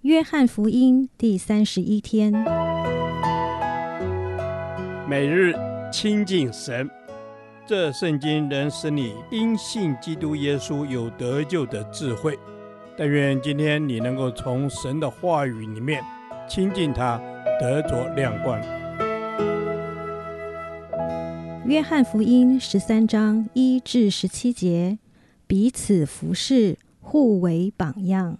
约翰福音第31天， 每日亲近神，这圣经能使你因信基督耶稣有得救的智慧。但愿今天你能够从神的话语里面亲近他，得着亮光。 约翰福音13章1至17节，彼此服侍，互为榜样。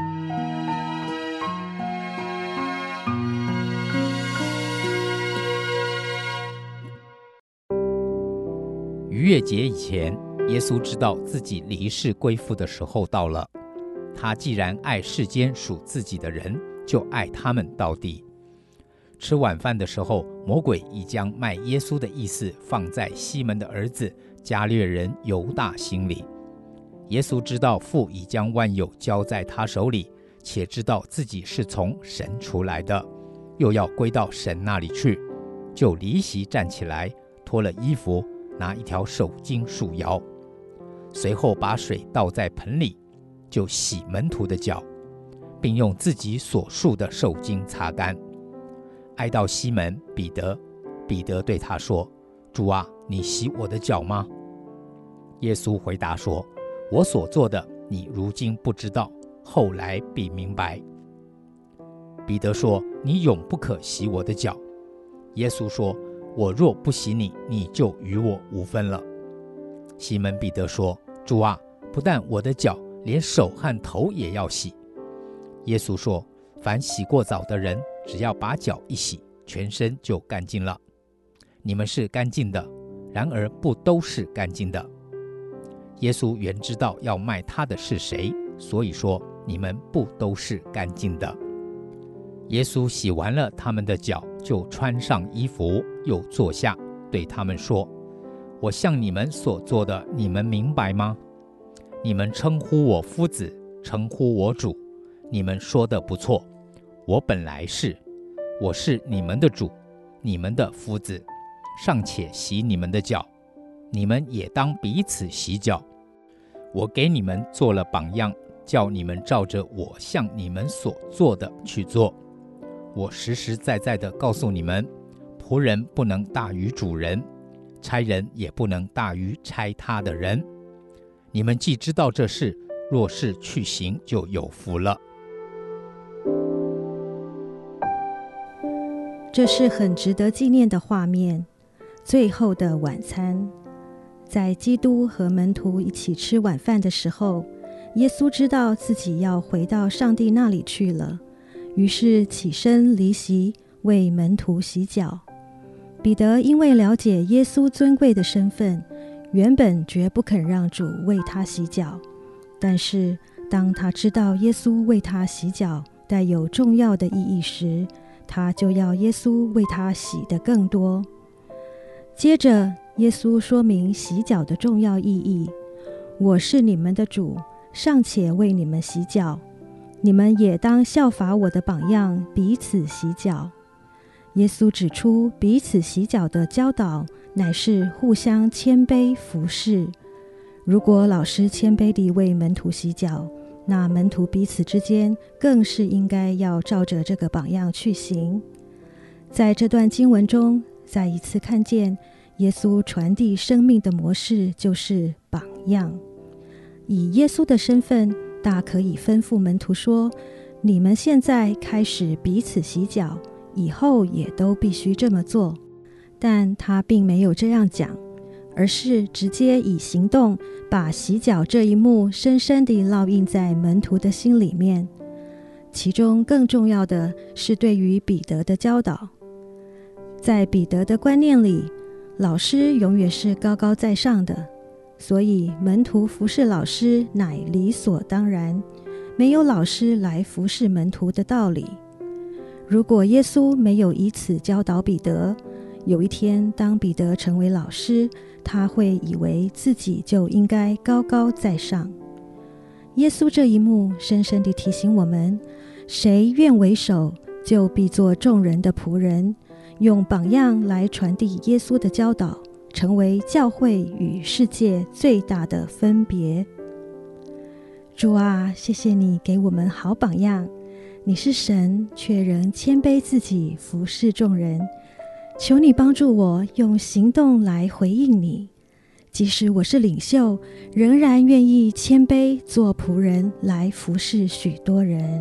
逾越节以前，耶稣知道自己离世归父的时候到了。他既然爱世间属自己的人，就爱他们到底。吃晚饭的时候，魔鬼已将卖耶稣的意思放在西门的儿子加略人犹大心里。耶稣知道父已将万有交在他手里，且知道自己是从神出来的，又要归到神那里去，就离席站起来，脱了衣服，拿一条手巾束腰，随后把水倒在盆里，就洗门徒的脚，并用自己所束的手巾擦干。挨到西门彼得，彼得对他说：“主啊，你洗我的脚吗？”耶稣回答说：“我所做的，你如今不知道，后来必明白。”彼得说：“你永不可洗我的脚。”耶稣说：“我若不洗你，你就与我无分了。”西门彼得说：“主啊，不但我的脚，连手和头也要洗。”耶稣说：“凡洗过澡的人，只要把脚一洗，全身就干净了。你们是干净的，然而不都是干净的。”耶稣原知道要卖他的是谁，所以说你们不都是干净的。耶稣洗完了他们的脚，就穿上衣服，又坐下，对他们说：“我向你们所做的，你们明白吗？你们称呼我夫子，称呼我主，你们说的不错。我本来是，我是你们的主，你们的夫子，尚且洗你们的脚，你们也当彼此洗脚。我给你们做了榜样，叫你们照着我向你们所做的去做。我实实在在地告诉你们，仆人不能大于主人，差人也不能大于差他的人。你们既知道这事，若是去行，就有福了。” 这是很值得纪念的画面。最后的晚餐，在基督和门徒一起吃晚饭的时候，耶稣知道自己要回到上帝那里去了，于是起身离席，为门徒洗脚。彼得因为了解耶稣尊贵的身份，原本绝不肯让主为他洗脚，但是当他知道耶稣为他洗脚带有重要的意义时，他就要耶稣为他洗得更多。接着耶稣说明洗脚的重要意义：我是你们的主，尚且为你们洗脚，你们也当效法我的榜样，彼此洗脚。耶稣指出，彼此洗脚的教导乃是互相谦卑服侍。如果老师谦卑地为门徒洗脚，那门徒彼此之间更是应该要照着这个榜样去行。在这段经文中，再一次看见耶稣传递生命的模式就是榜样。以耶稣的身份，大可以吩咐门徒说：“你们现在开始彼此洗脚，以后也都必须这么做。”但他并没有这样讲，而是直接以行动把洗脚这一幕深深地烙印在门徒的心里面。其中更重要的是对于彼得的教导。在彼得的观念里，老师永远是高高在上的，所以门徒服侍老师乃理所当然，没有老师来服侍门徒的道理。如果耶稣没有以此教导彼得，有一天当彼得成为老师，他会以为自己就应该高高在上。耶稣这一幕深深地提醒我们，谁愿为首，就必做众人的仆人，用榜样来传递耶稣的教导，成为教会与世界最大的分别。主啊，谢谢你给我们好榜样， 你是神，却仍谦卑自己，服侍众人。求你帮助我用行动来回应你，即使我是领袖，仍然愿意谦卑做仆人，来服侍许多人。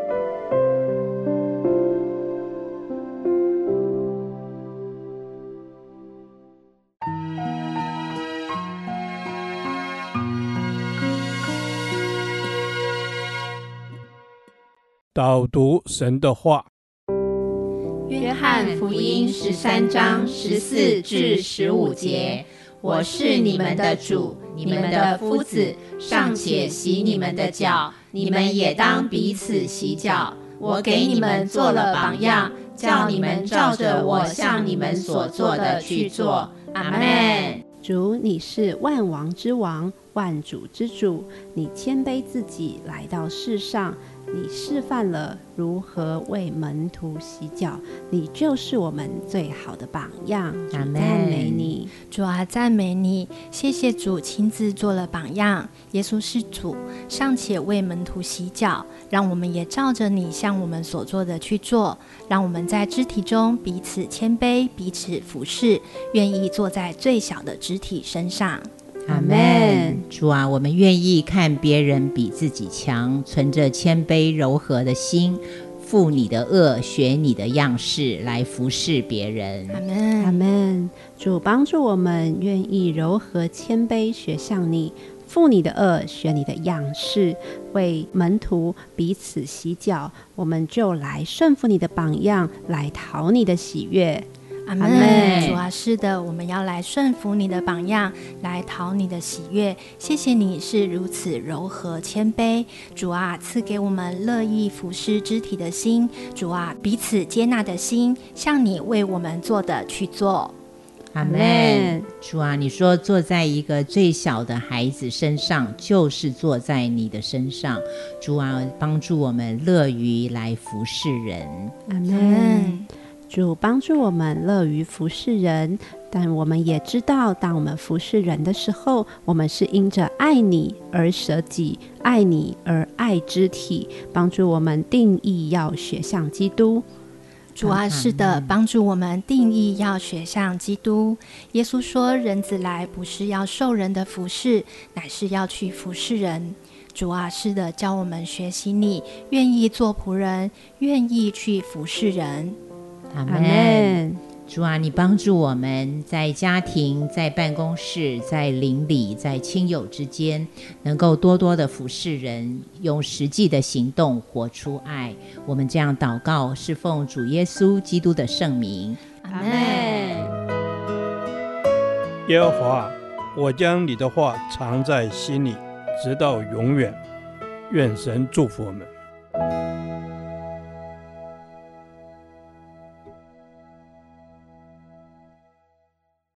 导读神的话。 约翰福音13章14至15节，我是你们的主，你们的夫子，尚且洗你们的脚，你们也当彼此洗脚。我给你们做了榜样，叫你们照着我向你们所做的去做。阿们。 主，你是万王之王，万主之主，你谦卑自己来到世上，你示范了如何为门徒洗脚，你就是我们最好的榜样。 阿们。 赞美你， 主啊，赞美你，谢谢主亲自做了榜样。耶稣是主，尚且为门徒洗脚，让我们也照着你向我们所做的去做。让我们在肢体中彼此谦卑，彼此服侍，愿意坐在最小的肢体身上。 阿们。 主啊，我们愿意看别人比自己强，存着谦卑柔和的心，负你的恶，学你的样式，来服侍别人。 阿们。 阿们。主帮助我们愿意柔和谦卑，学像你，负你的恶，学你的样式，为门徒彼此洗脚。我们就来顺服你的榜样，来讨你的喜悦。 阿们。主啊，是的，我们要来顺服你的榜样，来讨你的喜悦。谢谢你是如此柔和谦卑。主啊，赐给我们乐意服侍肢体的心。主啊，彼此接纳的心，向你为我们做的去做。 阿们。主啊，你说坐在一个最小的孩子身上，就是坐在你的身上。主啊，帮助我们乐于来服侍人。 阿们。主帮助我们乐于服侍人，但我们也知道，当我们服侍人的时候，我们是因着爱你而舍己，爱你而爱肢体，帮助我们定义要学像基督。 主啊，是的，帮助我们定义要学像基督。耶稣说，人子来不是要受人的服侍，乃是要去服侍人。主啊，是的，教我们学习你，愿意做仆人，愿意去服侍人。 阿们。主啊，你帮助我们在家庭、在办公室、在邻里、在亲友之间，能够多多的服侍人，用实际的行动活出爱。我们这样祷告，是奉主耶稣基督的圣名。 阿们。 耶和华，我将你的话藏在心里，直到永远。愿神祝福我们。